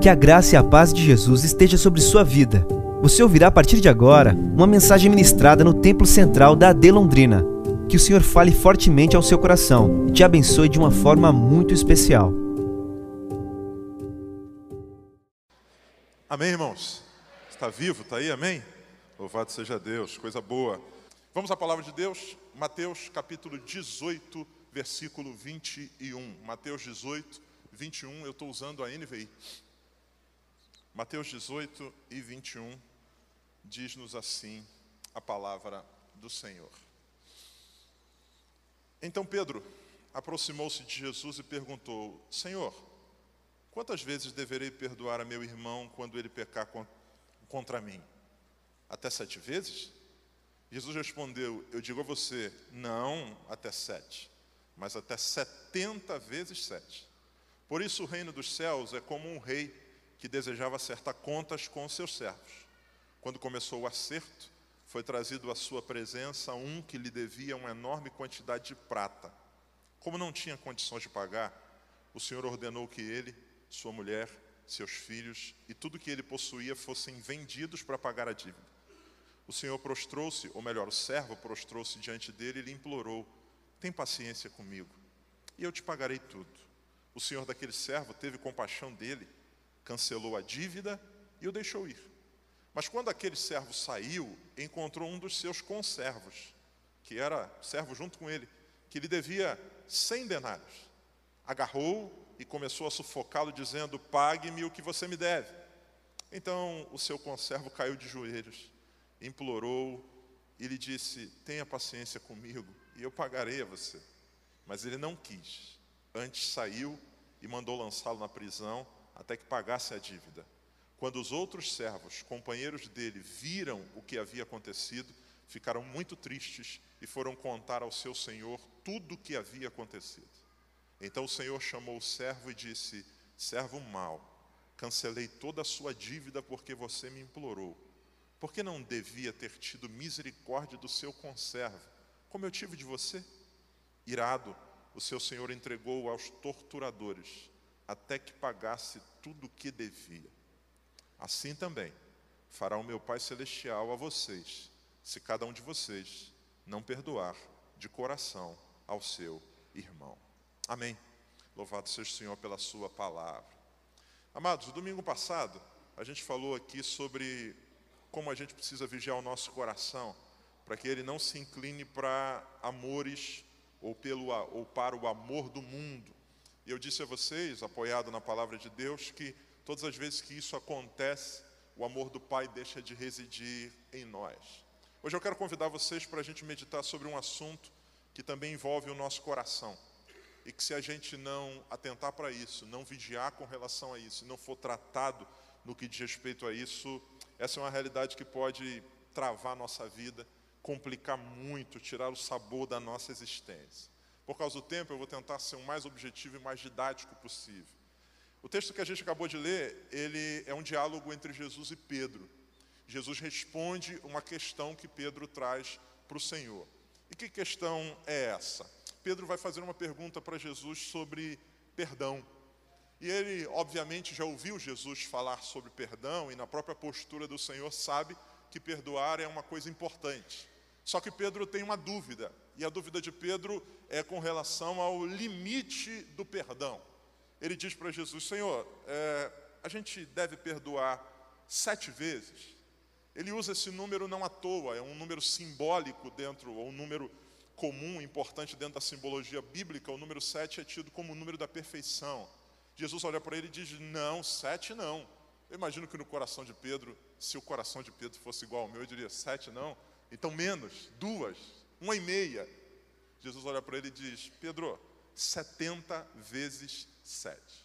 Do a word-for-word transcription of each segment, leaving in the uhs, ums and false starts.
Que a graça e a paz de Jesus esteja sobre sua vida. Você ouvirá a partir de agora uma mensagem ministrada no Templo Central da A D Londrina. Que o Senhor fale fortemente ao seu coração e te abençoe de uma forma muito especial. Amém, irmãos? Está vivo? Está aí? Amém? Louvado seja Deus, coisa boa. Vamos à palavra de Deus, Mateus capítulo dezoito, versículo vinte e um. Mateus dezoito, vinte e um, eu estou usando a N V I. Mateus dezoito e vinte e um, diz-nos assim a palavra do Senhor. Então Pedro aproximou-se de Jesus e perguntou: Senhor, quantas vezes deverei perdoar a meu irmão quando ele pecar contra mim? Até sete vezes? Jesus respondeu: eu digo a você, não até sete, mas até setenta vezes sete. Por isso o reino dos céus é como um rei que desejava acertar contas com os seus servos. Quando começou o acerto, foi trazido à sua presença um que lhe devia uma enorme quantidade de prata. Como não tinha condições de pagar, o Senhor ordenou que ele, sua mulher, seus filhos e tudo que ele possuía fossem vendidos para pagar a dívida. O Senhor prostrou-se, ou melhor, o servo prostrou-se diante dele e lhe implorou: tem paciência comigo, e eu te pagarei tudo. O Senhor daquele servo teve compaixão dele, cancelou a dívida e o deixou ir. Mas quando aquele servo saiu, encontrou um dos seus conservos, que era servo junto com ele, que lhe devia cem denários. Agarrou e começou a sufocá-lo, dizendo: pague-me o que você me deve. Então o seu conservo caiu de joelhos, implorou e lhe disse: tenha paciência comigo e eu pagarei a você. Mas ele não quis. Antes saiu e mandou lançá-lo na prisão até que pagasse a dívida. Quando os outros servos, companheiros dele, viram o que havia acontecido, ficaram muito tristes e foram contar ao seu senhor tudo o que havia acontecido. Então o Senhor chamou o servo e disse: servo mau, cancelei toda a sua dívida porque você me implorou. Por que não devia ter tido misericórdia do seu conservo, como eu tive de você? Irado, o seu senhor entregou-o aos torturadores, até que pagasse tudo o que devia. Assim também fará o meu Pai Celestial a vocês, se cada um de vocês não perdoar de coração ao seu irmão. Amém. Louvado seja o Senhor pela sua palavra. Amados, no domingo passado, a gente falou aqui sobre como a gente precisa vigiar o nosso coração, para que ele não se incline para amores ou, pelo, ou para o amor do mundo. E eu disse a vocês, apoiado na palavra de Deus, que todas as vezes que isso acontece, o amor do Pai deixa de residir em nós. Hoje eu quero convidar vocês para a gente meditar sobre um assunto que também envolve o nosso coração. E que se a gente não atentar para isso, não vigiar com relação a isso, não for tratado no que diz respeito a isso, essa é uma realidade que pode travar a nossa vida, complicar muito, tirar o sabor da nossa existência. Por causa do tempo, eu vou tentar ser o mais objetivo e mais didático possível. O texto que a gente acabou de ler, ele é um diálogo entre Jesus e Pedro. Jesus responde uma questão que Pedro traz para o Senhor. E que questão é essa? Pedro vai fazer uma pergunta para Jesus sobre perdão. E ele, obviamente, já ouviu Jesus falar sobre perdão e na própria postura do Senhor sabe que perdoar é uma coisa importante. Só que Pedro tem uma dúvida, e a dúvida de Pedro é com relação ao limite do perdão. Ele diz para Jesus: Senhor, é, a gente deve perdoar sete vezes? Ele usa esse número não à toa, é um número simbólico dentro, ou um número comum, importante dentro da simbologia bíblica. O número sete é tido como o número da perfeição. Jesus olha para ele e diz: não, sete não. Eu imagino que no coração de Pedro, se o coração de Pedro fosse igual ao meu, eu diria: sete não, então menos, duas, uma e meia. Jesus olha para ele e diz: Pedro, setenta vezes sete.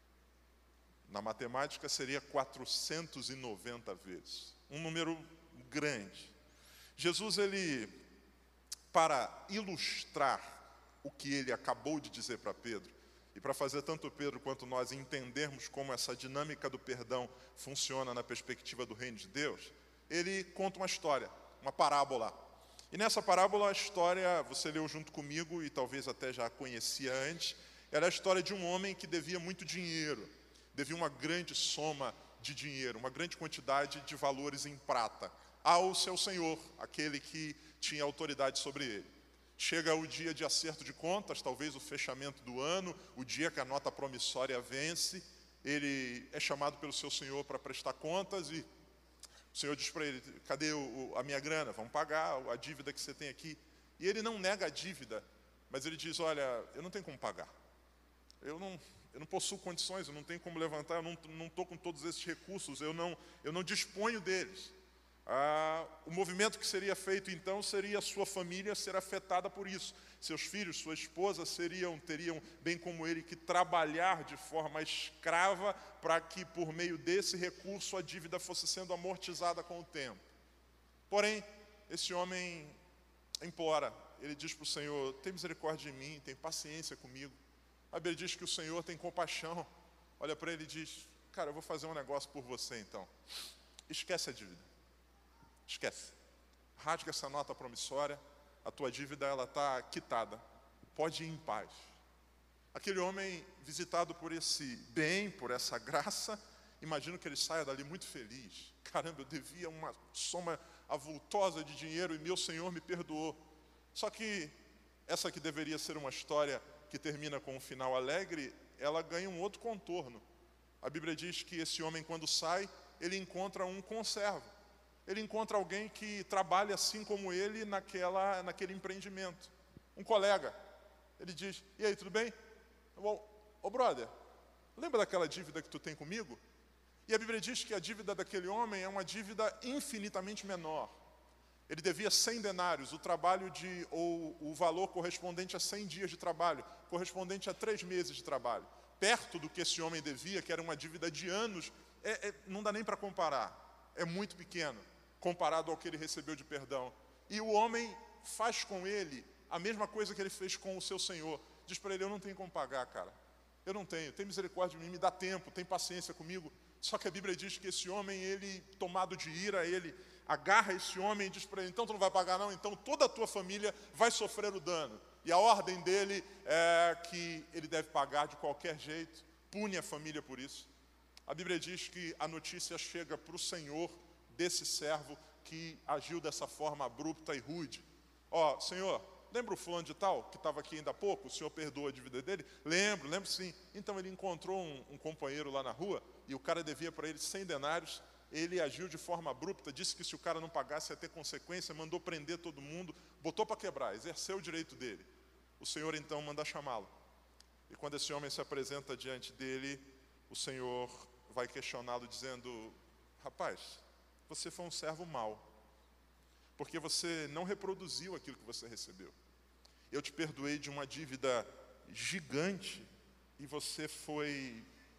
Na matemática seria quatrocentos e noventa vezes. Um número grande. Jesus, ele, para ilustrar o que ele acabou de dizer para Pedro, e para fazer tanto Pedro quanto nós entendermos como essa dinâmica do perdão funciona na perspectiva do reino de Deus, ele conta uma história, uma parábola. E nessa parábola, a história, você leu junto comigo e talvez até já conhecia antes, era a história de um homem que devia muito dinheiro. devia uma grande soma de dinheiro, uma grande quantidade de valores em prata ao seu senhor, aquele que tinha autoridade sobre ele. Chega o dia de acerto de contas, talvez o fechamento do ano, o dia que a nota promissória vence, ele é chamado pelo seu senhor para prestar contas e o senhor diz para ele: cadê o, a minha grana? Vamos pagar a dívida que você tem aqui. E ele não nega a dívida, mas ele diz: olha, eu não tenho como pagar. Eu não, eu não possuo condições, eu não tenho como levantar, eu não estou com todos esses recursos, eu não, eu não disponho deles. Ah, o movimento que seria feito então seria a sua família ser afetada por isso. Seus filhos, sua esposa seriam, teriam, bem como ele, que trabalhar de forma escrava para que por meio desse recurso a dívida fosse sendo amortizada com o tempo. Porém, esse homem implora, ele diz para o Senhor: tem misericórdia de mim, tem paciência comigo. A Bíblia diz que o Senhor tem compaixão. Olha para ele e diz: cara, eu vou fazer um negócio por você então. Esquece a dívida. Esquece. Rasga essa nota promissória, a tua dívida ela está quitada. Pode ir em paz. Aquele homem, visitado por esse bem, por essa graça, imagino que ele saia dali muito feliz. Caramba, eu devia uma soma avultosa de dinheiro e meu Senhor me perdoou. Só que essa que deveria ser uma história que termina com um final alegre, ela ganha um outro contorno. A Bíblia diz que esse homem, quando sai, ele encontra um conservo. Ele encontra alguém que trabalha assim como ele naquela, naquele empreendimento. Um colega. Ele diz: e aí, tudo bem? Ô, ô brother, lembra daquela dívida que tu tem comigo? E a Bíblia diz que a dívida daquele homem é uma dívida infinitamente menor. Ele devia cem denários, o trabalho de, ou o valor correspondente a cem dias de trabalho, correspondente a três meses de trabalho. Perto do que esse homem devia, que era uma dívida de anos, é, é, não dá nem para comparar. É muito pequeno comparado ao que ele recebeu de perdão. E o homem faz com ele a mesma coisa que ele fez com o seu senhor. Diz para ele: eu não tenho como pagar, cara. Eu não tenho. Tem misericórdia de mim, me dá tempo, tem paciência comigo. Só que a Bíblia diz que esse homem, ele, tomado de ira, ele agarra esse homem e diz para ele: então tu não vai pagar não? Então toda a tua família vai sofrer o dano. E a ordem dele é que ele deve pagar de qualquer jeito, pune a família por isso. A Bíblia diz que a notícia chega para o Senhor desse servo que agiu dessa forma abrupta e rude. Ó, Senhor, lembra o fulano de tal, que estava aqui ainda há pouco? O Senhor perdoa a dívida dele? Lembro, lembro sim. Então ele encontrou um, um companheiro lá na rua, e o cara devia para ele cem denários, ele agiu de forma abrupta, disse que se o cara não pagasse ia ter consequência, mandou prender todo mundo, botou para quebrar, exerceu o direito dele. O Senhor então manda chamá-lo. E quando esse homem se apresenta diante dele, o Senhor vai questioná-lo dizendo: rapaz, você foi um servo mau, porque você não reproduziu aquilo que você recebeu. Eu te perdoei de uma dívida gigante e você foi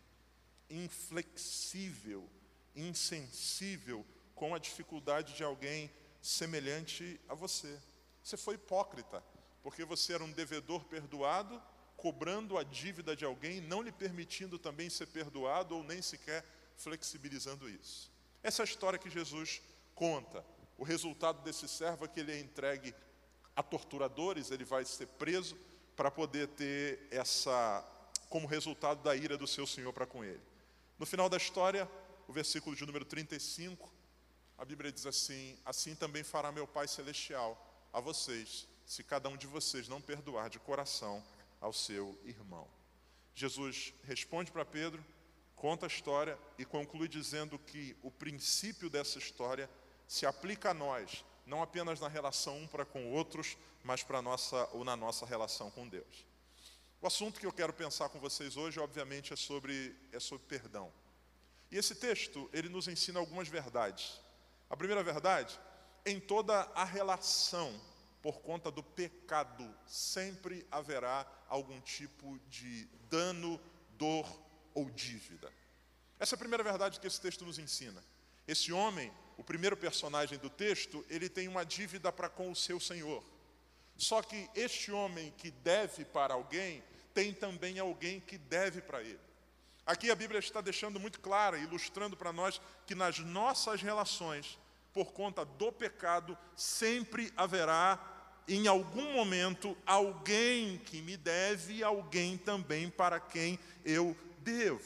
inflexível, insensível com a dificuldade de alguém semelhante a você. Você foi hipócrita, porque você era um devedor perdoado, cobrando a dívida de alguém, não lhe permitindo também ser perdoado ou nem sequer flexibilizando isso. Essa é a história que Jesus conta. O resultado desse servo é que ele é entregue a torturadores, ele vai ser preso para poder ter essa, como resultado da ira do seu senhor para com ele. No final da história, o versículo de número trinta e cinco, a Bíblia diz assim: assim também fará meu Pai Celestial a vocês, se cada um de vocês não perdoar de coração ao seu irmão. Jesus responde para Pedro, conta a história e conclui dizendo que o princípio dessa história se aplica a nós, não apenas na relação um para com outros, mas para nossa, ou na nossa relação com Deus. O assunto que eu quero pensar com vocês hoje, obviamente, é sobre, é sobre perdão. E esse texto, ele nos ensina algumas verdades. A primeira verdade: em toda a relação, por conta do pecado, sempre haverá algum tipo de dano, dor ou dívida. Essa é a primeira verdade que esse texto nos ensina. Esse homem, o primeiro personagem do texto, ele tem uma dívida para com o seu senhor. Só que este homem que deve para alguém, tem também alguém que deve para ele. Aqui a Bíblia está deixando muito clara, ilustrando para nós que nas nossas relações, por conta do pecado, sempre haverá, em algum momento, alguém que me deve e alguém também para quem eu devo.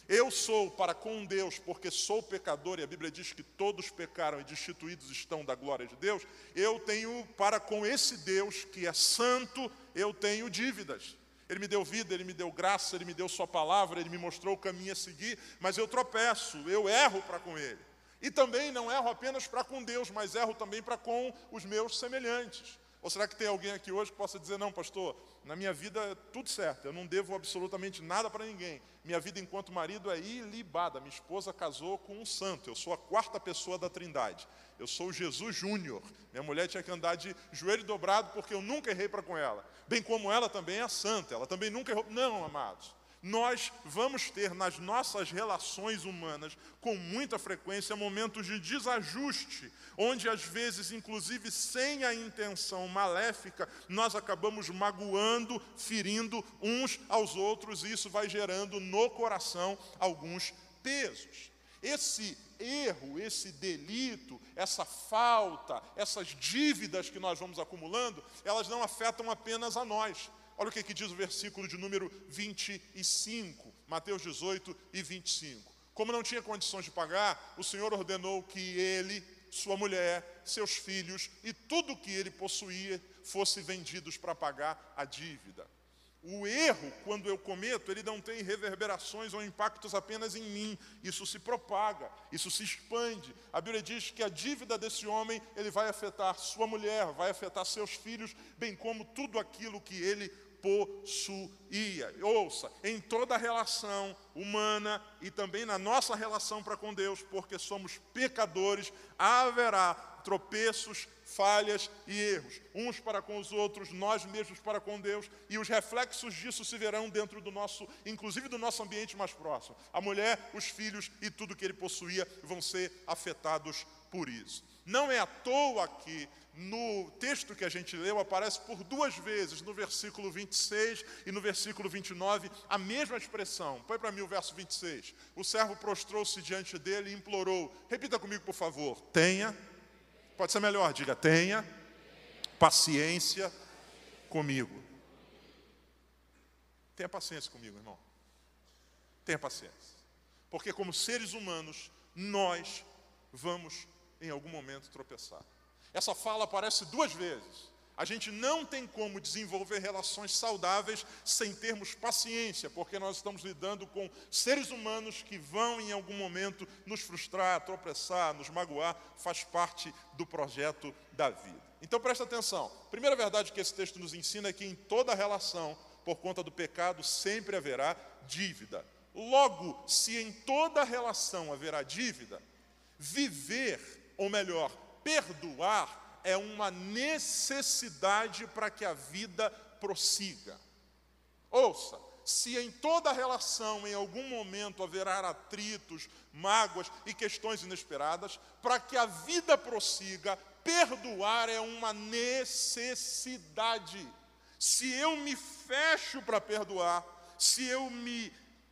Eu sou para com Deus, porque sou pecador, e a Bíblia diz que todos pecaram e destituídos estão da glória de Deus. Eu tenho para com esse Deus que é santo, eu tenho dívidas. Ele me deu vida, Ele me deu graça, Ele me deu sua palavra, Ele me mostrou o caminho a seguir, mas eu tropeço, eu erro para com Ele. E também não erro apenas para com Deus, mas erro também para com os meus semelhantes. Ou será que tem alguém aqui hoje que possa dizer, não, pastor, na minha vida é tudo certo, eu não devo absolutamente nada para ninguém. Minha vida enquanto marido é ilibada, minha esposa casou com um santo, eu sou a quarta pessoa da Trindade. Eu sou o Jesus Júnior, minha mulher tinha que andar de joelho dobrado porque eu nunca errei para com ela. Bem como ela também é santa, ela também nunca errou. Não, amados. Nós vamos ter nas nossas relações humanas, com muita frequência, momentos de desajuste, onde às vezes, inclusive sem a intenção maléfica, nós acabamos magoando, ferindo uns aos outros, e isso vai gerando no coração alguns pesos. Esse erro, esse delito, essa falta, essas dívidas que nós vamos acumulando, elas não afetam apenas a nós. Olha o que, que diz o versículo de número vinte e cinco, Mateus dezoito e vinte e cinco. Como não tinha condições de pagar, o Senhor ordenou que ele, sua mulher, seus filhos e tudo que ele possuía fosse vendidos para pagar a dívida. O erro, quando eu cometo, ele não tem reverberações ou impactos apenas em mim. Isso se propaga, isso se expande. A Bíblia diz que a dívida desse homem, ele vai afetar sua mulher, vai afetar seus filhos, bem como tudo aquilo que ele possuía. Ouça, em toda a relação humana e também na nossa relação para com Deus, porque somos pecadores, haverá tropeços, falhas e erros, uns para com os outros, nós mesmos para com Deus, e os reflexos disso se verão dentro do nosso, inclusive do nosso ambiente mais próximo. A mulher, os filhos e tudo que ele possuía vão ser afetados por isso. Não é à toa que no texto que a gente leu aparece por duas vezes, no versículo vinte e seis e no versículo vinte e nove, a mesma expressão. Põe para mim o verso vinte e seis. O servo prostrou-se diante dele e implorou. Repita comigo, por favor. Tenha, pode ser melhor, diga, tenha paciência comigo. Tenha paciência comigo, irmão. Tenha paciência. Porque como seres humanos, nós vamos em algum momento tropeçar. Essa fala aparece duas vezes. A gente não tem como desenvolver relações saudáveis sem termos paciência, porque nós estamos lidando com seres humanos que vão em algum momento nos frustrar, tropeçar, nos magoar, faz parte do projeto da vida. Então presta atenção. A primeira verdade que esse texto nos ensina é que em toda relação, por conta do pecado, sempre haverá dívida. Logo, se em toda relação haverá dívida, viver, ou melhor, perdoar é uma necessidade para que a vida prossiga. Ouça, se em toda relação, em algum momento, haverá atritos, mágoas e questões inesperadas, para que a vida prossiga, perdoar é uma necessidade. Se eu me fecho para perdoar, se eu me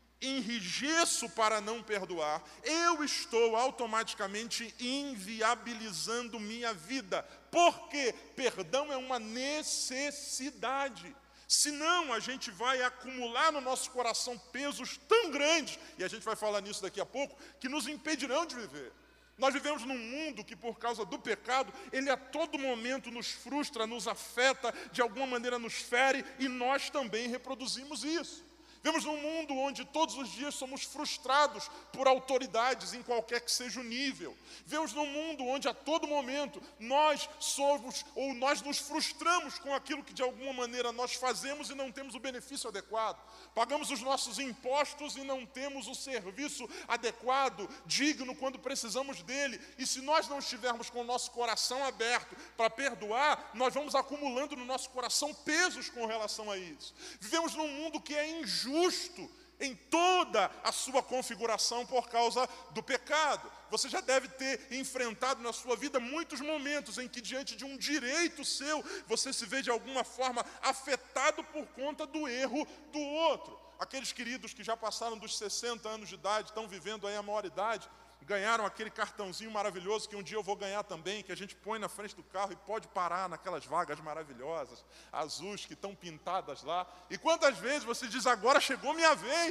enrijeço para não perdoar, eu estou automaticamente inviabilizando minha vida, porque perdão é uma necessidade. Senão a gente vai acumular no nosso coração pesos tão grandes, e a gente vai falar nisso daqui a pouco, que nos impedirão de viver. Nós vivemos num mundo que, por causa do pecado, ele a todo momento nos frustra, nos afeta, de alguma maneira nos fere, e nós também reproduzimos isso. Vivemos num mundo onde todos os dias somos frustrados por autoridades em qualquer que seja o nível. Vivemos num mundo onde a todo momento nós somos ou nós nos frustramos com aquilo que de alguma maneira nós fazemos e não temos o benefício adequado. Pagamos os nossos impostos e não temos o serviço adequado, digno quando precisamos dele. E se nós não estivermos com o nosso coração aberto para perdoar, nós vamos acumulando no nosso coração pesos com relação a isso. Vivemos num mundo que é injusto, justo em toda a sua configuração por causa do pecado. Você já deve ter enfrentado na sua vida muitos momentos em que diante de um direito seu, você se vê de alguma forma afetado por conta do erro do outro. Aqueles queridos que já passaram dos sessenta anos de idade, estão vivendo aí a maioridade, ganharam aquele cartãozinho maravilhoso que um dia eu vou ganhar também, que a gente põe na frente do carro e pode parar naquelas vagas maravilhosas, azuis que estão pintadas lá. E quantas vezes você diz, agora chegou minha vez,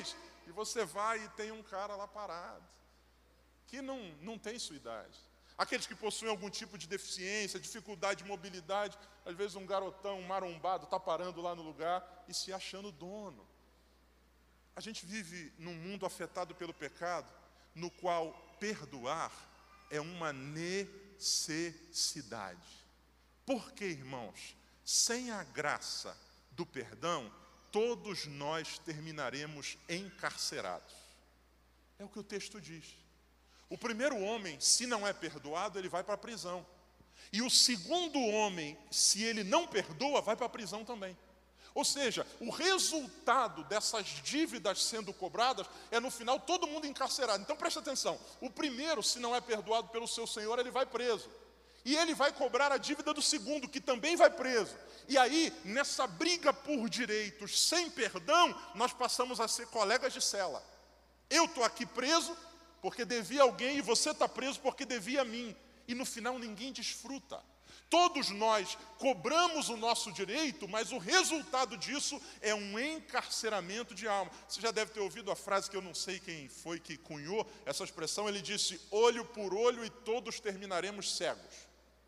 E você vai e tem um cara lá parado, que não, não tem sua idade. Aqueles que possuem algum tipo de deficiência, dificuldade de mobilidade, às vezes um garotão, um marombado, está parando lá no lugar e se achando dono. A gente vive num mundo afetado pelo pecado, no qual perdoar é uma necessidade. Porque, irmãos, sem a graça do perdão, todos nós terminaremos encarcerados. É o que o texto diz. O primeiro homem, se não é perdoado, ele vai para a prisão. E o segundo homem, se ele não perdoa, vai para a prisão também. Ou seja, o resultado dessas dívidas sendo cobradas é no final todo mundo encarcerado. Então preste atenção, o primeiro, se não é perdoado pelo seu senhor, ele vai preso. E ele vai cobrar a dívida do segundo, que também vai preso. E aí, nessa briga por direitos sem perdão, nós passamos a ser colegas de cela. Eu estou aqui preso porque devia alguém e você está preso porque devia a mim. E no final ninguém desfruta. Todos nós cobramos o nosso direito, mas o resultado disso é um encarceramento de alma. Você já deve ter ouvido a frase que eu não sei quem foi que cunhou essa expressão. Ele disse, olho por olho e todos terminaremos cegos.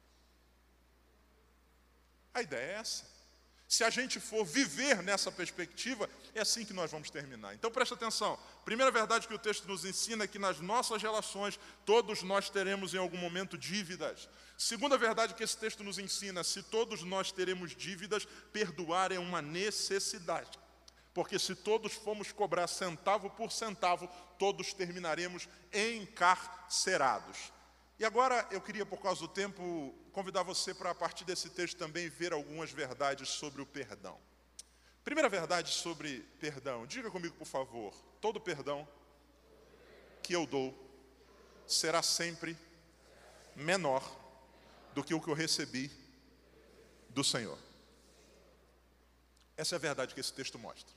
A ideia é essa. Se a gente for viver nessa perspectiva, é assim que nós vamos terminar. Então preste atenção. Primeira verdade que o texto nos ensina é que nas nossas relações, todos nós teremos em algum momento dívidas. Segunda verdade que esse texto nos ensina, se todos nós teremos dívidas, perdoar é uma necessidade. Porque se todos formos cobrar centavo por centavo, todos terminaremos encarcerados. E agora eu queria, por causa do tempo, convidar você para, a partir desse texto, também ver algumas verdades sobre o perdão. Primeira verdade sobre perdão. Diga comigo, por favor. Todo perdão que eu dou será sempre menor do que o que eu recebi do Senhor. Essa é a verdade que esse texto mostra.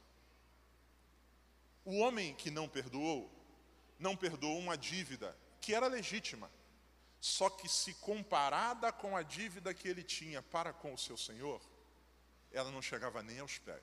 O homem que não perdoou, não perdoou uma dívida que era legítima. Só que se comparada com a dívida que ele tinha para com o seu Senhor, ela não chegava nem aos pés.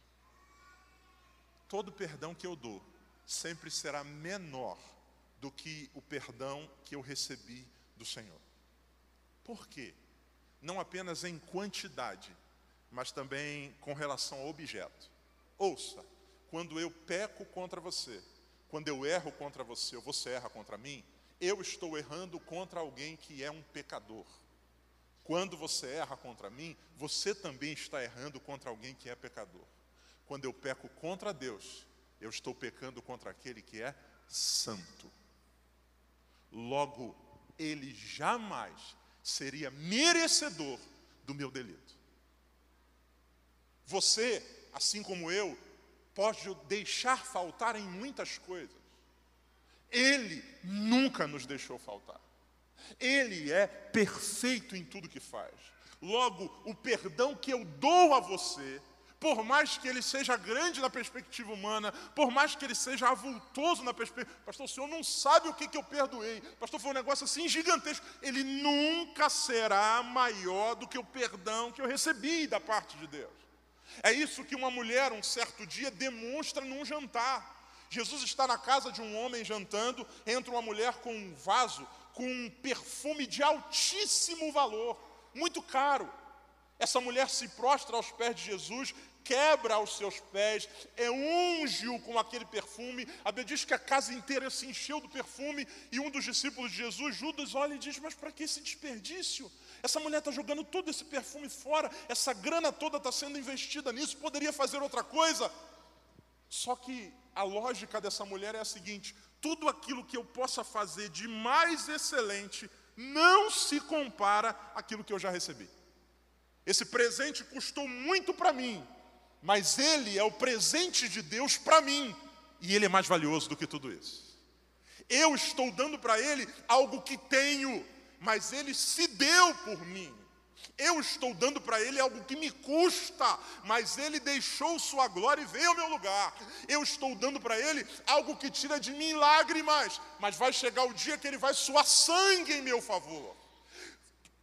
Todo perdão que eu dou sempre será menor do que o perdão que eu recebi do Senhor. Por quê? Não apenas em quantidade, mas também com relação ao objeto. Ouça, quando eu peco contra você, quando eu erro contra você, ou você erra contra mim, eu estou errando contra alguém que é um pecador. Quando você erra contra mim, você também está errando contra alguém que é pecador. Quando eu peco contra Deus, eu estou pecando contra aquele que é santo. Logo, ele jamais seria merecedor do meu delito. Você, assim como eu, pode deixar faltar em muitas coisas. Ele nunca nos deixou faltar. Ele é perfeito em tudo que faz. Logo, o perdão que eu dou a você, por mais que ele seja grande na perspectiva humana, por mais que ele seja avultoso na perspectiva... Pastor, o senhor não sabe o que, que eu perdoei. Pastor, foi um negócio assim gigantesco. Ele nunca será maior do que o perdão que eu recebi da parte de Deus. É isso que uma mulher, um certo dia, demonstra num jantar. Jesus está na casa de um homem jantando, entra uma mulher com um vaso, com um perfume de altíssimo valor, muito caro. Essa mulher se prostra aos pés de Jesus, quebra aos seus pés, é, unge-o com aquele perfume. A Bíblia diz que a casa inteira se encheu do perfume, e um dos discípulos de Jesus, Judas, olha e diz, mas para que esse desperdício? Essa mulher está jogando todo esse perfume fora, essa grana toda está sendo investida nisso, poderia fazer outra coisa. Só que a lógica dessa mulher é a seguinte: tudo aquilo que eu possa fazer de mais excelente não se compara àquilo que eu já recebi. Esse presente custou muito para mim, mas ele é o presente de Deus para mim, e ele é mais valioso do que tudo isso. Eu estou dando para ele algo que tenho, mas ele se deu por mim. Eu estou dando para ele algo que me custa, mas ele deixou sua glória e veio ao meu lugar. Eu estou dando para ele algo que tira de mim lágrimas, mas vai chegar o dia que ele vai suar sangue em meu favor.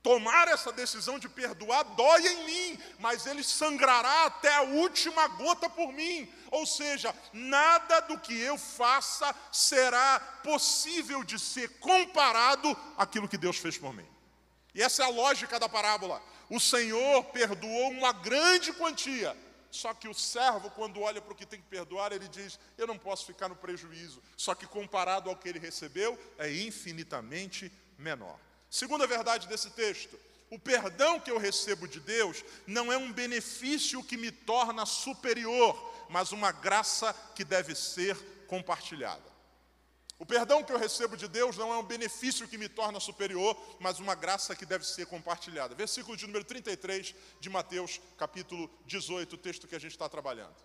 Tomar essa decisão de perdoar dói em mim, mas ele sangrará até a última gota por mim. Ou seja, nada do que eu faça será possível de ser comparado àquilo que Deus fez por mim. E essa é a lógica da parábola. O Senhor perdoou uma grande quantia. Só que o servo, quando olha para o que tem que perdoar, ele diz, eu não posso ficar no prejuízo. Só que comparado ao que ele recebeu, é infinitamente menor. Segunda verdade desse texto, o perdão que eu recebo de Deus não é um benefício que me torna superior, mas uma graça que deve ser compartilhada. O perdão que eu recebo de Deus não é um benefício que me torna superior, mas uma graça que deve ser compartilhada. Versículo de número trinta e três de Mateus, capítulo dezoito, o texto que a gente está trabalhando.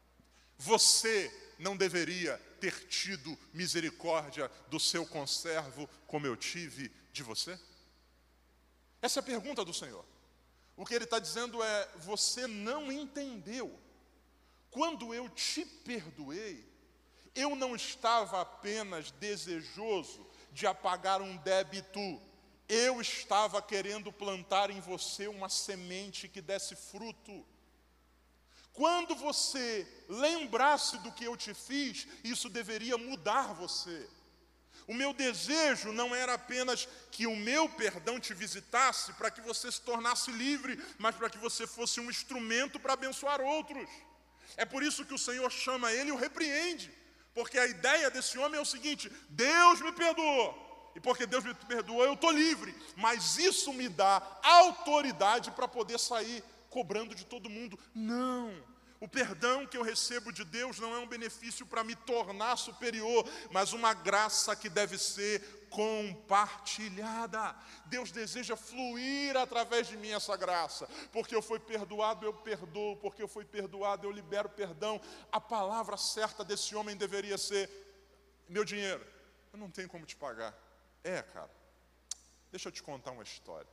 Você não deveria ter tido misericórdia do seu conservo como eu tive de você? Essa é a pergunta do Senhor. O que Ele está dizendo é, você não entendeu. Quando eu te perdoei, eu não estava apenas desejoso de apagar um débito, eu estava querendo plantar em você uma semente que desse fruto. Quando você lembrasse do que eu te fiz, isso deveria mudar você. O meu desejo não era apenas que o meu perdão te visitasse para que você se tornasse livre, mas para que você fosse um instrumento para abençoar outros. É por isso que o Senhor chama ele e o repreende. Porque a ideia desse homem é o seguinte, Deus me perdoou. E porque Deus me perdoou, eu estou livre. Mas isso me dá autoridade para poder sair cobrando de todo mundo. Não. O perdão que eu recebo de Deus não é um benefício para me tornar superior, mas uma graça que deve ser compartilhada. Deus deseja fluir através de mim essa graça. Porque eu fui perdoado, eu perdoo. Porque eu fui perdoado, eu libero perdão. A palavra certa desse homem deveria ser, meu dinheiro, eu não tenho como te pagar. É, cara, deixa eu te contar uma história.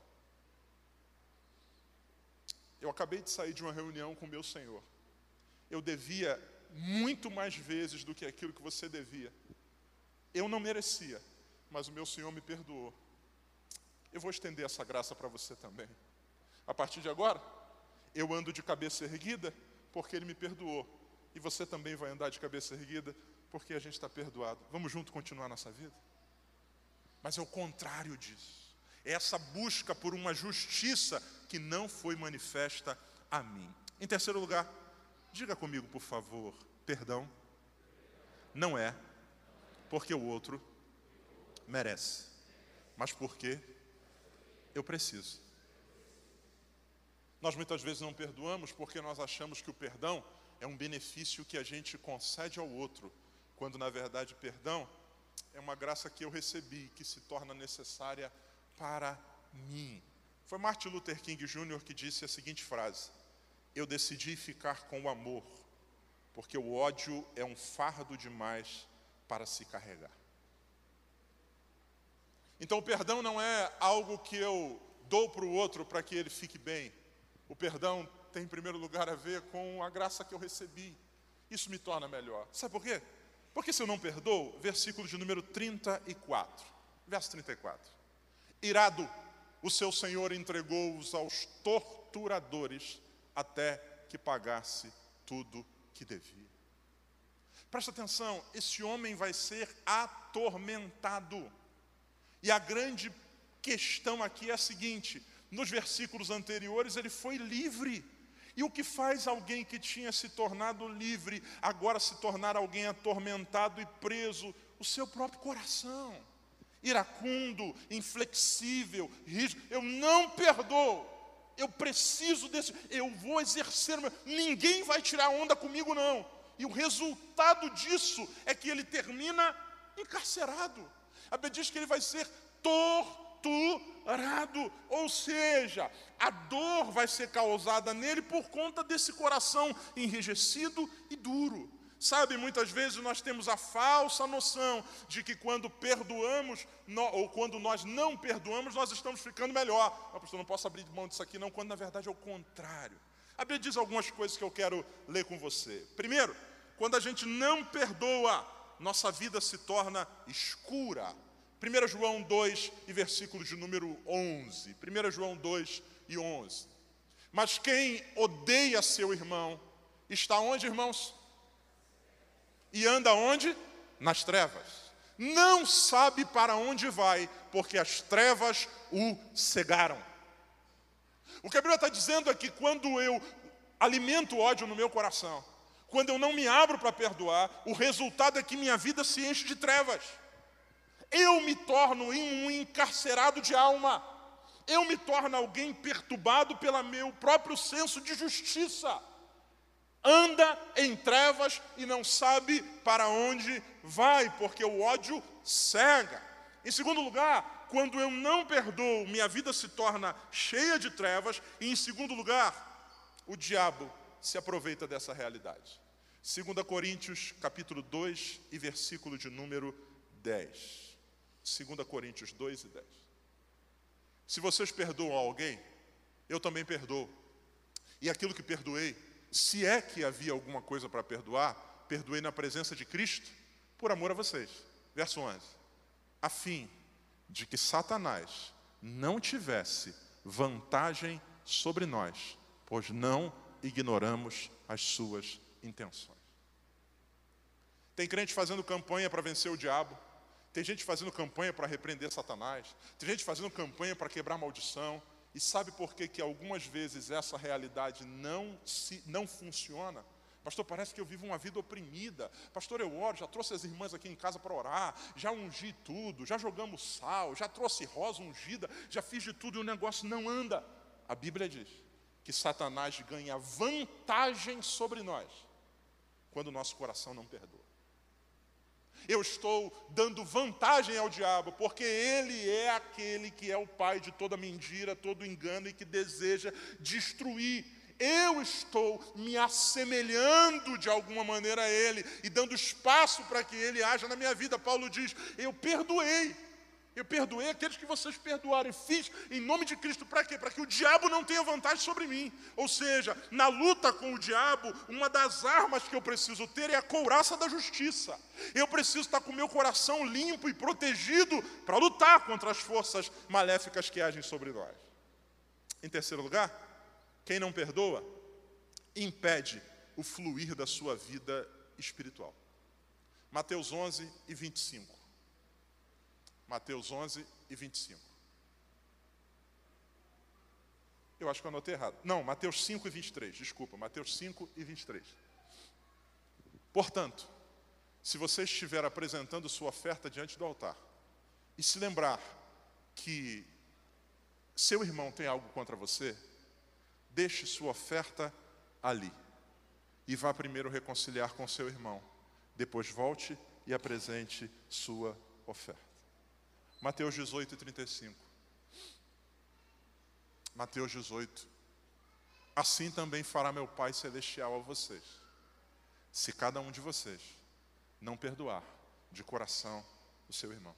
Eu acabei de sair de uma reunião com o meu Senhor. Eu devia muito mais vezes do que aquilo que você devia. Eu não merecia, mas o meu Senhor me perdoou. Eu vou estender essa graça para você também. A partir de agora, eu ando de cabeça erguida porque Ele me perdoou. E você também vai andar de cabeça erguida porque a gente está perdoado. Vamos junto continuar nossa vida? Mas é o contrário disso. É essa busca por uma justiça que não foi manifesta a mim. Em terceiro lugar, diga comigo, por favor, perdão não é porque o outro merece, mas porque eu preciso. Nós muitas vezes não perdoamos porque nós achamos que o perdão é um benefício que a gente concede ao outro, quando na verdade perdão é uma graça que eu recebi, que se torna necessária para mim. Foi Martin Luther King Júnior que disse a seguinte frase: eu decidi ficar com o amor, porque o ódio é um fardo demais para se carregar. Então o perdão não é algo que eu dou para o outro para que ele fique bem. O perdão tem em primeiro lugar a ver com a graça que eu recebi. Isso me torna melhor. Sabe por quê? Porque se eu não perdoo, versículo de número trinta e quatro. Verso trinta e quatro. Irado, o seu Senhor entregou-os aos torturadores até que pagasse tudo que devia. Presta atenção, esse homem vai ser atormentado. E a grande questão aqui é a seguinte: nos versículos anteriores ele foi livre. E o que faz alguém que tinha se tornado livre agora se tornar alguém atormentado e preso? O seu próprio coração. Iracundo, inflexível, rígido. Eu não perdoo. Eu preciso desse, eu vou exercer, ninguém vai tirar onda comigo não. E o resultado disso é que ele termina encarcerado. A Bíblia diz que ele vai ser torturado, ou seja, a dor vai ser causada nele por conta desse coração enrijecido e duro. Sabe, muitas vezes nós temos a falsa noção de que quando perdoamos, ou quando nós não perdoamos, nós estamos ficando melhor. Não, pastor, não posso abrir mão disso aqui não, quando na verdade é o contrário. A Bíblia diz algumas coisas que eu quero ler com você. Primeiro, quando a gente não perdoa, nossa vida se torna escura. primeiro João dois e versículo de número onze. primeiro João dois e onze. Mas quem odeia seu irmão, está onde, irmãos? E anda onde? Nas trevas. Não sabe para onde vai, porque as trevas o cegaram. O que a Bíblia está dizendo é que quando eu alimento ódio no meu coração, quando eu não me abro para perdoar, o resultado é que minha vida se enche de trevas. Eu me torno um encarcerado de alma. Eu me torno alguém perturbado pelo meu próprio senso de justiça. Anda em trevas e não sabe para onde vai, porque o ódio cega. Em segundo lugar, quando eu não perdoo, minha vida se torna cheia de trevas. E em segundo lugar, o diabo se aproveita dessa realidade. segunda Coríntios, capítulo dois e versículo de número dez. segunda Coríntios dois e dez. Se vocês perdoam alguém, eu também perdoo. E aquilo que perdoei, se é que havia alguma coisa para perdoar, perdoei na presença de Cristo, por amor a vocês. Verso onze. A fim de que Satanás não tivesse vantagem sobre nós, pois não ignoramos as suas intenções. Tem crente fazendo campanha para vencer o diabo. Tem gente fazendo campanha para repreender Satanás. Tem gente fazendo campanha para quebrar maldição. E sabe por que que algumas vezes essa realidade não, se, não funciona? Pastor, parece que eu vivo uma vida oprimida. Pastor, eu oro, já trouxe as irmãs aqui em casa para orar, já ungi tudo, já jogamos sal, já trouxe rosa ungida, já fiz de tudo e o negócio não anda. A Bíblia diz que Satanás ganha vantagem sobre nós quando o nosso coração não perdoa. Eu estou dando vantagem ao diabo, porque ele é aquele que é o pai de toda mentira, todo engano e que deseja destruir. Eu estou me assemelhando de alguma maneira a ele e dando espaço para que ele haja na minha vida. Paulo diz, eu perdoei. Eu perdoei aqueles que vocês perdoaram e fiz em nome de Cristo. Para quê? Para que o diabo não tenha vantagem sobre mim. Ou seja, na luta com o diabo, uma das armas que eu preciso ter é a couraça da justiça. Eu preciso estar com o meu coração limpo e protegido para lutar contra as forças maléficas que agem sobre nós. Em terceiro lugar, quem não perdoa, impede o fluir da sua vida espiritual. Mateus onze e vinte e cinco. Mateus onze e vinte e cinco. Eu acho que eu anotei errado. Não, Mateus cinco e vinte e três, desculpa, Mateus cinco e vinte e três. Portanto, se você estiver apresentando sua oferta diante do altar, e se lembrar que seu irmão tem algo contra você, deixe sua oferta ali, e vá primeiro reconciliar com seu irmão, depois volte e apresente sua oferta. Mateus dezoito e trinta e cinco. Mateus dezoito. Assim também fará meu Pai Celestial a vocês, se cada um de vocês não perdoar de coração o seu irmão.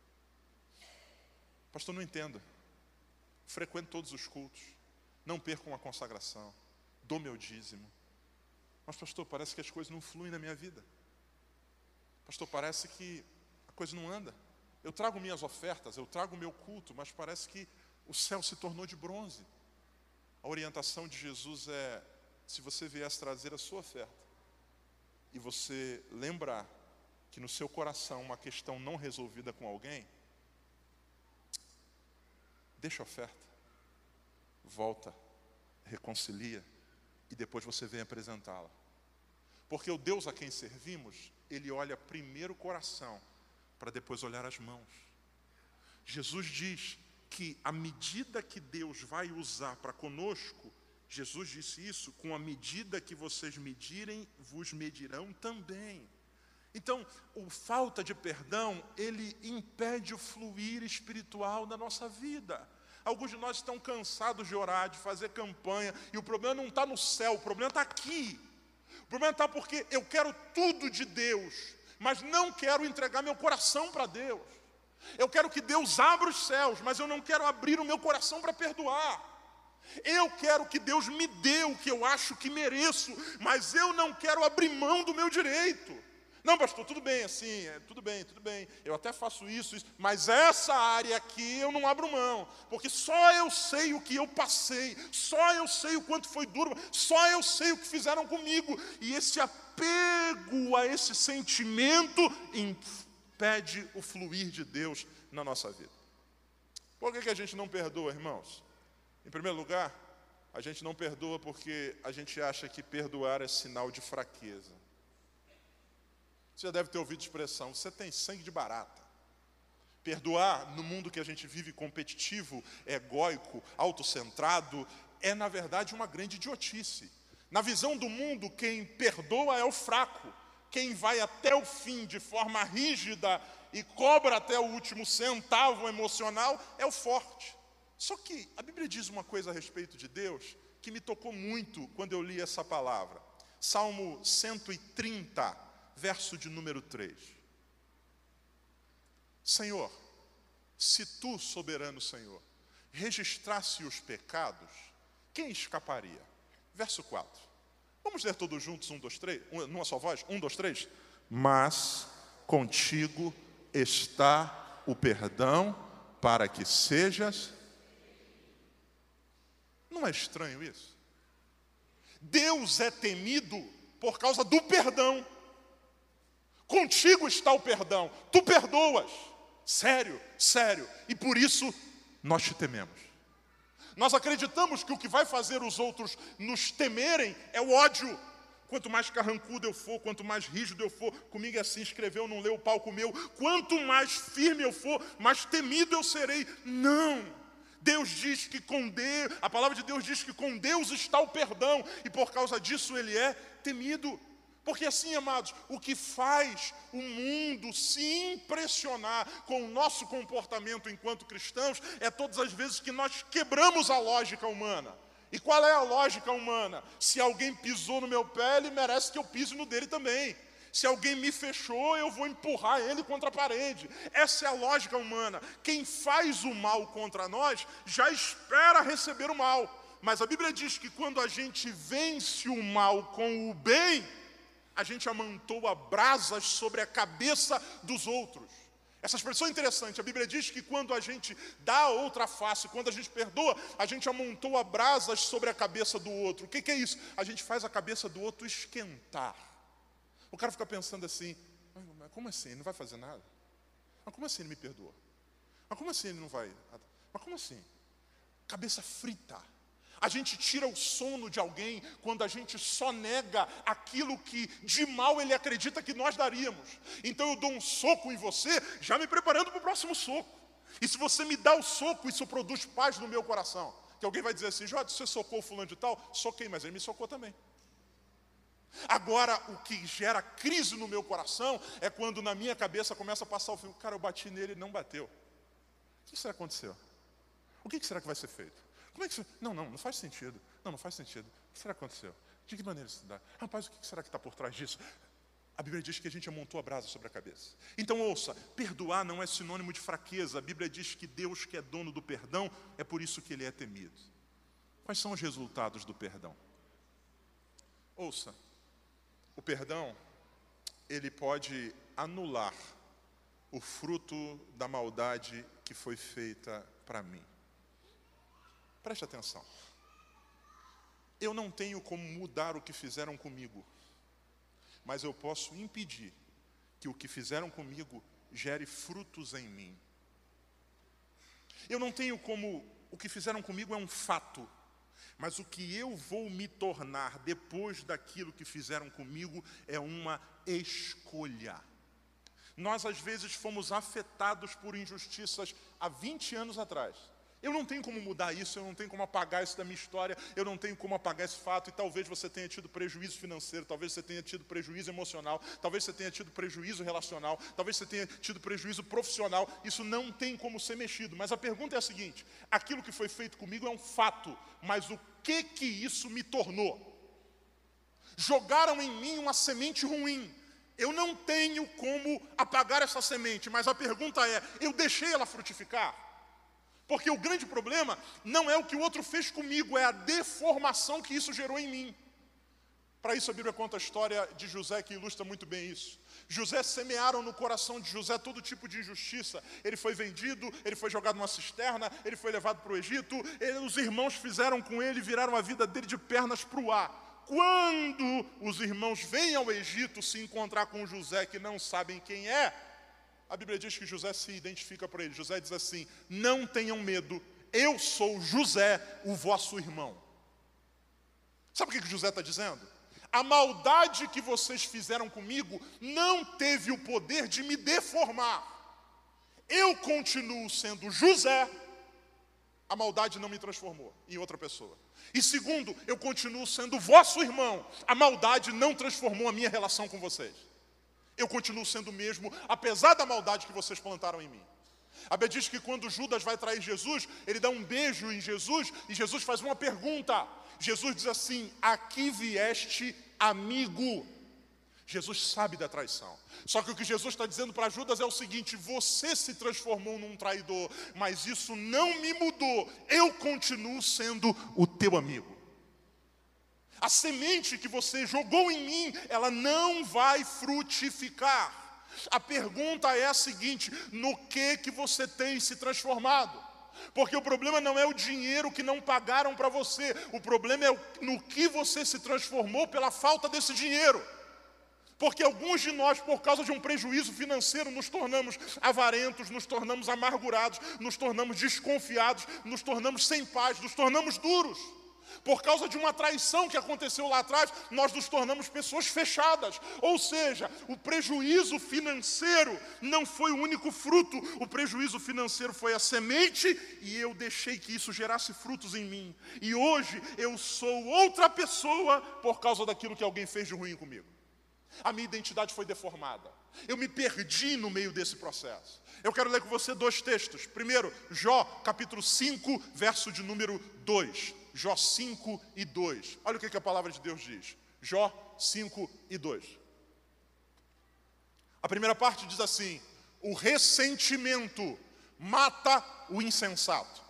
Pastor, não entendo. Frequento todos os cultos, não perco uma consagração, dou meu dízimo. Mas pastor, parece que as coisas não fluem na minha vida. Pastor, parece que a coisa não anda. Eu trago minhas ofertas, eu trago meu culto, mas parece que o céu se tornou de bronze. A orientação de Jesus é, se você viesse trazer a sua oferta, e você lembrar que no seu coração uma questão não resolvida com alguém, deixa a oferta, volta, reconcilia, e depois você vem apresentá-la. Porque o Deus a quem servimos, Ele olha primeiro o coração, para depois olhar as mãos. Jesus diz que a medida que Deus vai usar para conosco, Jesus disse isso, com a medida que vocês medirem, vos medirão também. Então, a falta de perdão, ele impede o fluir espiritual da nossa vida. Alguns de nós estão cansados de orar, de fazer campanha, e o problema não está no céu, o problema está aqui. O problema está porque eu quero tudo de Deus, mas não quero entregar meu coração para Deus. Eu quero que Deus abra os céus, mas eu não quero abrir o meu coração para perdoar. Eu quero que Deus me dê o que eu acho que mereço, mas eu não quero abrir mão do meu direito. Não, pastor, tudo bem assim, é, tudo bem, tudo bem. Eu até faço isso, isso, mas essa área aqui eu não abro mão. Porque só eu sei o que eu passei, só eu sei o quanto foi duro, só eu sei o que fizeram comigo. E esse apego a esse sentimento impede o fluir de Deus na nossa vida. Por que que a gente não perdoa, irmãos? Em primeiro lugar, a gente não perdoa porque a gente acha que perdoar é sinal de fraqueza. Você já deve ter ouvido a expressão, você tem sangue de barata. Perdoar, no mundo que a gente vive competitivo, egóico, autocentrado, é na verdade uma grande idiotice. Na visão do mundo, quem perdoa é o fraco. Quem vai até o fim de forma rígida e cobra até o último centavo emocional é o forte. Só que a Bíblia diz uma coisa a respeito de Deus que me tocou muito quando eu li essa palavra. Salmo cento e trinta, verso de número três. Senhor, se tu, soberano Senhor, registrasse os pecados, quem escaparia? Verso quatro. Vamos ler todos juntos, um, dois, três, um, numa só voz? Um, dois, três. Mas contigo está o perdão para que sejas... Não é estranho isso? Deus é temido por causa do perdão. Contigo está o perdão, tu perdoas. Sério, sério. E por isso nós te tememos. Nós acreditamos que o que vai fazer os outros nos temerem é o ódio. Quanto mais carrancudo eu for, quanto mais rígido eu for, comigo é assim, escreveu, não leu, o pau comeu. Quanto mais firme eu for, mais temido eu serei. Não! Deus diz que com Deus, a palavra de Deus diz que com Deus está o perdão. E por causa disso ele é temido. Porque assim, amados, o que faz o mundo se impressionar com o nosso comportamento enquanto cristãos é todas as vezes que nós quebramos a lógica humana. E qual é a lógica humana? Se alguém pisou no meu pé, ele merece que eu pise no dele também. Se alguém me fechou, eu vou empurrar ele contra a parede. Essa é a lógica humana. Quem faz o mal contra nós, já espera receber o mal. Mas a Bíblia diz que quando a gente vence o mal com o bem, a gente amontoa brasas sobre a cabeça dos outros. Essa expressão é interessante. A Bíblia diz que quando a gente dá a outra face, quando a gente perdoa, a gente amontoa brasas sobre a cabeça do outro. O que que é isso? A gente faz a cabeça do outro esquentar. O cara fica pensando assim, mas como assim? Ele não vai fazer nada? Mas como assim ele me perdoa? Mas como assim ele não vai? Mas como assim? Cabeça frita. A gente tira o sono de alguém quando a gente só nega aquilo que de mal ele acredita que nós daríamos. Então eu dou um soco em você, já me preparando para o próximo soco. E se você me dá o soco, isso produz paz no meu coração. Que alguém vai dizer assim, Jorge, você socou o fulano de tal? Soquei, mas ele me socou também. Agora, o que gera crise no meu coração é quando na minha cabeça começa a passar o filme. Cara, eu bati nele e ele não bateu. O que será que aconteceu? O que será que vai ser feito? Como é que isso... Não, não, não faz sentido. Não, não faz sentido. O que será que aconteceu? De que maneira isso dá? Rapaz, o que será que está por trás disso? A Bíblia diz que a gente amontou a brasa sobre a cabeça. Então ouça, perdoar não é sinônimo de fraqueza. A Bíblia diz que Deus, que é dono do perdão, é por isso que ele é temido. Quais são os resultados do perdão? Ouça, o perdão, ele pode anular o fruto da maldade que foi feita para mim. Preste atenção. Eu não tenho como mudar o que fizeram comigo, mas eu posso impedir que o que fizeram comigo gere frutos em mim. Eu não tenho como... O que fizeram comigo é um fato, mas o que eu vou me tornar depois daquilo que fizeram comigo é uma escolha. Nós, às vezes, fomos afetados por injustiças há vinte anos atrás. Eu não tenho como mudar isso, eu não tenho como apagar isso da minha história, eu não tenho como apagar esse fato, e talvez você tenha tido prejuízo financeiro, talvez você tenha tido prejuízo emocional, talvez você tenha tido prejuízo relacional, talvez você tenha tido prejuízo profissional, isso não tem como ser mexido. Mas a pergunta é a seguinte, aquilo que foi feito comigo é um fato, mas o que que isso me tornou? Jogaram em mim uma semente ruim, eu não tenho como apagar essa semente, mas a pergunta é, eu deixei ela frutificar? Porque o grande problema não é o que o outro fez comigo, é a deformação que isso gerou em mim. Para isso a Bíblia conta a história de José, que ilustra muito bem isso. José semearam no coração de José todo tipo de injustiça. Ele foi vendido, ele foi jogado numa cisterna, ele foi levado para o Egito. Ele, os irmãos fizeram com ele, viraram a vida dele de pernas para o ar. Quando os irmãos vêm ao Egito se encontrar com José, que não sabem quem é, a Bíblia diz que José se identifica para ele. José diz assim: não tenham medo, eu sou José, o vosso irmão. Sabe o que José está dizendo? A maldade que vocês fizeram comigo não teve o poder de me deformar. Eu continuo sendo José, a maldade não me transformou em outra pessoa. E segundo, eu continuo sendo vosso irmão, a maldade não transformou a minha relação com vocês. Eu continuo sendo o mesmo, apesar da maldade que vocês plantaram em mim. A Bíblia diz que quando Judas vai trair Jesus, ele dá um beijo em Jesus, e Jesus faz uma pergunta. Jesus diz assim: aqui vieste amigo. Jesus sabe da traição. Só que o que Jesus está dizendo para Judas é o seguinte: você se transformou num traidor, mas isso não me mudou. Eu continuo sendo o teu amigo. A semente que você jogou em mim, ela não vai frutificar. A pergunta é a seguinte: no que que você tem se transformado? Porque o problema não é o dinheiro que não pagaram para você. O problema é no que você se transformou pela falta desse dinheiro. Porque alguns de nós, por causa de um prejuízo financeiro, nos tornamos avarentos, nos tornamos amargurados, nos tornamos desconfiados, nos tornamos sem paz, nos tornamos duros. Por causa de uma traição que aconteceu lá atrás, nós nos tornamos pessoas fechadas. Ou seja, o prejuízo financeiro não foi o único fruto. O prejuízo financeiro foi a semente e eu deixei que isso gerasse frutos em mim. E hoje eu sou outra pessoa por causa daquilo que alguém fez de ruim comigo. A minha identidade foi deformada. Eu me perdi no meio desse processo. Eu quero ler com você dois textos. Primeiro, Jó, capítulo cinco, verso de número dois. Jó cinco e dois. Olha o que a palavra de Deus diz. Jó cinco e dois. A primeira parte diz assim: o ressentimento mata o insensato.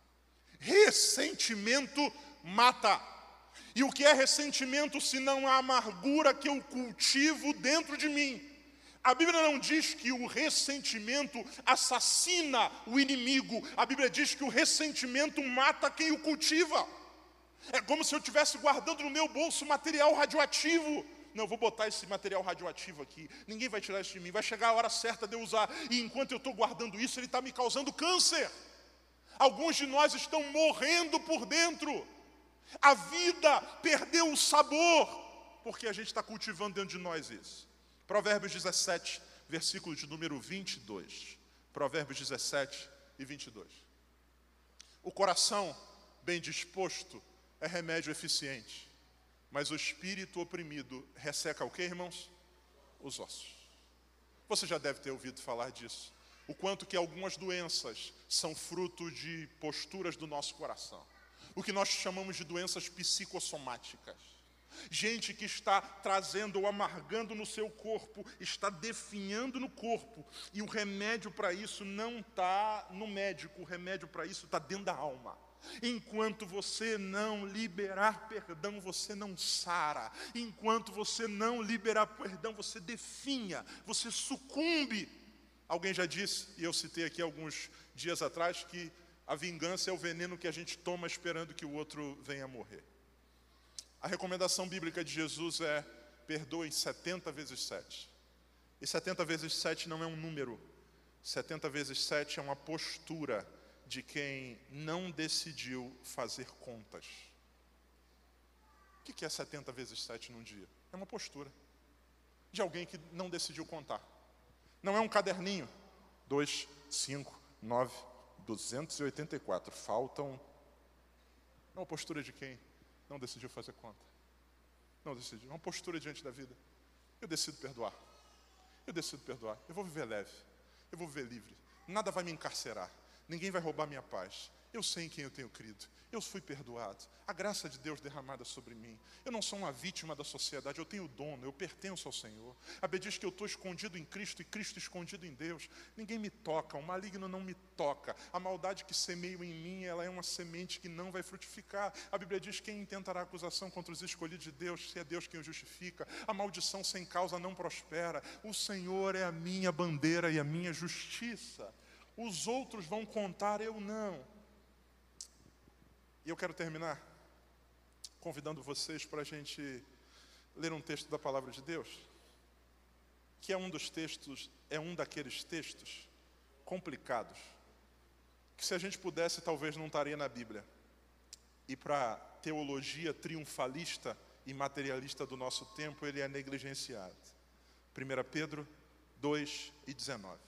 Ressentimento mata. E o que é ressentimento se não a amargura que eu cultivo dentro de mim? A Bíblia não diz que o ressentimento assassina o inimigo. A Bíblia diz que o ressentimento mata quem o cultiva. É como se eu estivesse guardando no meu bolso material radioativo. Não, eu vou botar esse material radioativo aqui. Ninguém vai tirar isso de mim. Vai chegar a hora certa de eu usar. E enquanto eu estou guardando isso, ele está me causando câncer. Alguns de nós estão morrendo por dentro. A vida perdeu o sabor, porque a gente está cultivando dentro de nós isso. Provérbios dezessete, versículo de número vinte e dois. Provérbios dezessete e vinte e dois. O coração bem disposto é remédio eficiente, mas o espírito oprimido resseca o quê, irmãos? Os ossos. Você já deve ter ouvido falar disso. O quanto que algumas doenças são fruto de posturas do nosso coração. O que nós chamamos de doenças psicossomáticas. Gente que está trazendo ou amargando no seu corpo, está definhando no corpo. E o remédio para isso não está no médico, o remédio para isso está dentro da alma. Enquanto você não liberar perdão, você não sara. Enquanto você não liberar perdão, você definha, você sucumbe. Alguém já disse, e eu citei aqui alguns dias atrás, que a vingança é o veneno que a gente toma esperando que o outro venha morrer. A recomendação bíblica de Jesus é: perdoe setenta vezes sete. E setenta vezes sete não é um número. setenta vezes sete é uma postura de quem não decidiu fazer contas. O que é setenta vezes sete num dia? É uma postura de alguém que não decidiu contar. Não é um caderninho. dois, cinco, nove, duzentos e oitenta e quatro. Faltam... É uma postura de quem não decidiu fazer conta. Não decidiu. É uma postura diante da vida. Eu decido perdoar. Eu decido perdoar. Eu vou viver leve. Eu vou viver livre. Nada vai me encarcerar. Ninguém vai roubar minha paz. Eu sei em quem eu tenho crido. Eu fui perdoado. A graça de Deus derramada sobre mim. Eu não sou uma vítima da sociedade, eu tenho dono, eu pertenço ao Senhor. A Bíblia diz que eu estou escondido em Cristo e Cristo escondido em Deus. Ninguém me toca, o maligno não me toca. A maldade que semeio em mim, ela é uma semente que não vai frutificar. A Bíblia diz: quem intentará acusação contra os escolhidos de Deus, se é Deus quem o justifica. A maldição sem causa não prospera. O Senhor é a minha bandeira e a minha justiça. Os outros vão contar, eu não. E eu quero terminar convidando vocês para a gente ler um texto da Palavra de Deus, que é um dos textos, é um daqueles textos complicados, que se a gente pudesse talvez não estaria na Bíblia. E para a teologia triunfalista e materialista do nosso tempo, ele é negligenciado. primeira Pedro dois e dezenove.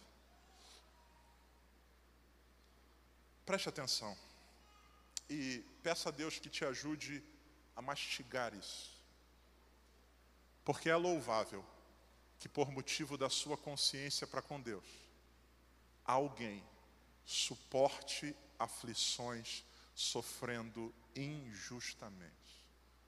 Preste atenção. E peça a Deus que te ajude a mastigar isso. Porque é louvável que por motivo da sua consciência para com Deus, alguém suporte aflições sofrendo injustamente.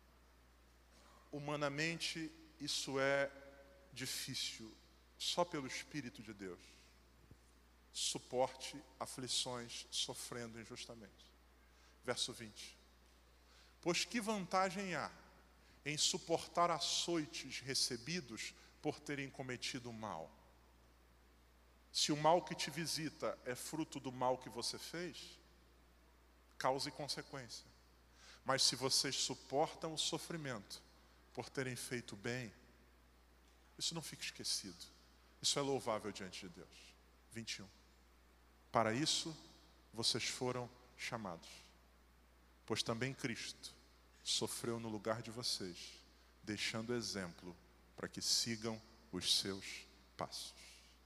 Humanamente isso é difícil, só pelo Espírito de Deus. Suporte aflições sofrendo injustamente. Verso vinte. Pois que vantagem há em suportar açoites recebidos por terem cometido o mal? Se o mal que te visita é fruto do mal que você fez, causa e consequência. Mas se vocês suportam o sofrimento por terem feito bem, isso não fica esquecido. Isso é louvável diante de Deus. vinte e um. Para isso vocês foram chamados. Pois também Cristo sofreu no lugar de vocês, deixando exemplo para que sigam os seus passos.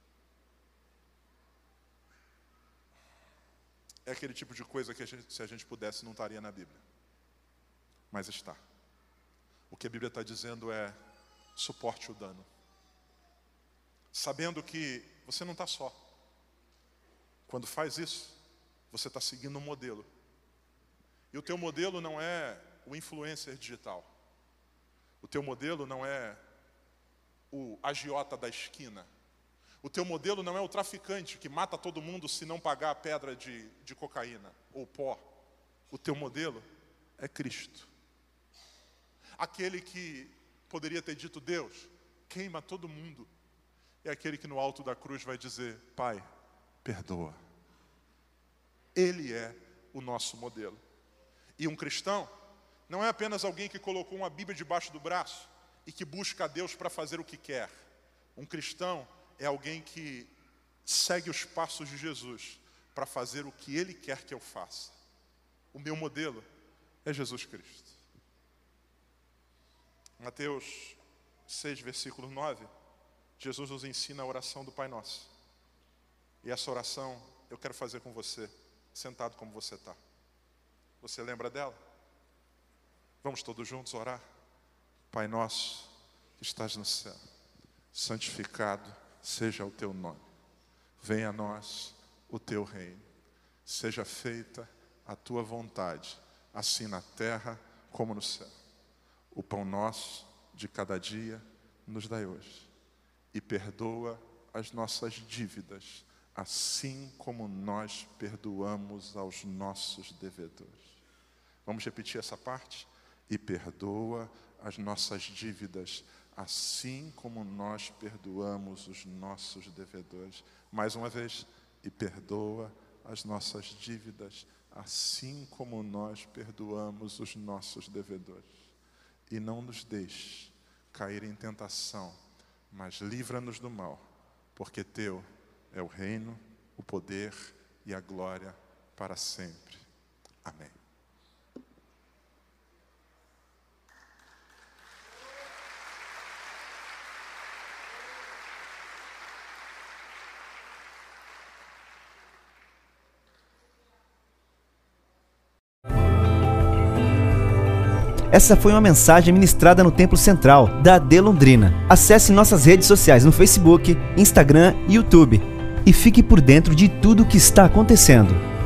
É aquele tipo de coisa que a gente, se a gente pudesse, não estaria na Bíblia. Mas está. O que a Bíblia está dizendo é: suporte o dano. Sabendo que você não está só. Quando faz isso, você está seguindo um modelo. E o teu modelo não é o influencer digital. O teu modelo não é o agiota da esquina. O teu modelo não é o traficante que mata todo mundo se não pagar a pedra de, de cocaína ou pó. O teu modelo é Cristo. Aquele que poderia ter dito: Deus, queima todo mundo. É aquele que no alto da cruz vai dizer: Pai, perdoa. Ele é o nosso modelo. E um cristão não é apenas alguém que colocou uma Bíblia debaixo do braço e que busca a Deus para fazer o que quer. Um cristão é alguém que segue os passos de Jesus para fazer o que Ele quer que eu faça. O meu modelo é Jesus Cristo. Mateus seis, versículo nove, Jesus nos ensina a oração do Pai Nosso. E essa oração eu quero fazer com você, sentado como você está. Você lembra dela? Vamos todos juntos orar? Pai nosso, que estás no céu, santificado seja o teu nome. Venha a nós o teu reino. Seja feita a tua vontade, assim na terra como no céu. O pão nosso de cada dia nos dai hoje. E perdoa as nossas dívidas, assim como nós perdoamos aos nossos devedores. Vamos repetir essa parte? E perdoa as nossas dívidas, assim como nós perdoamos os nossos devedores. Mais uma vez, e perdoa as nossas dívidas, assim como nós perdoamos os nossos devedores. E não nos deixe cair em tentação, mas livra-nos do mal, porque teu é o reino, o poder e a glória para sempre. Amém. Essa foi uma mensagem ministrada no Templo Central da A D Londrina. Acesse nossas redes sociais no Facebook, Instagram e YouTube. E fique por dentro de tudo o que está acontecendo.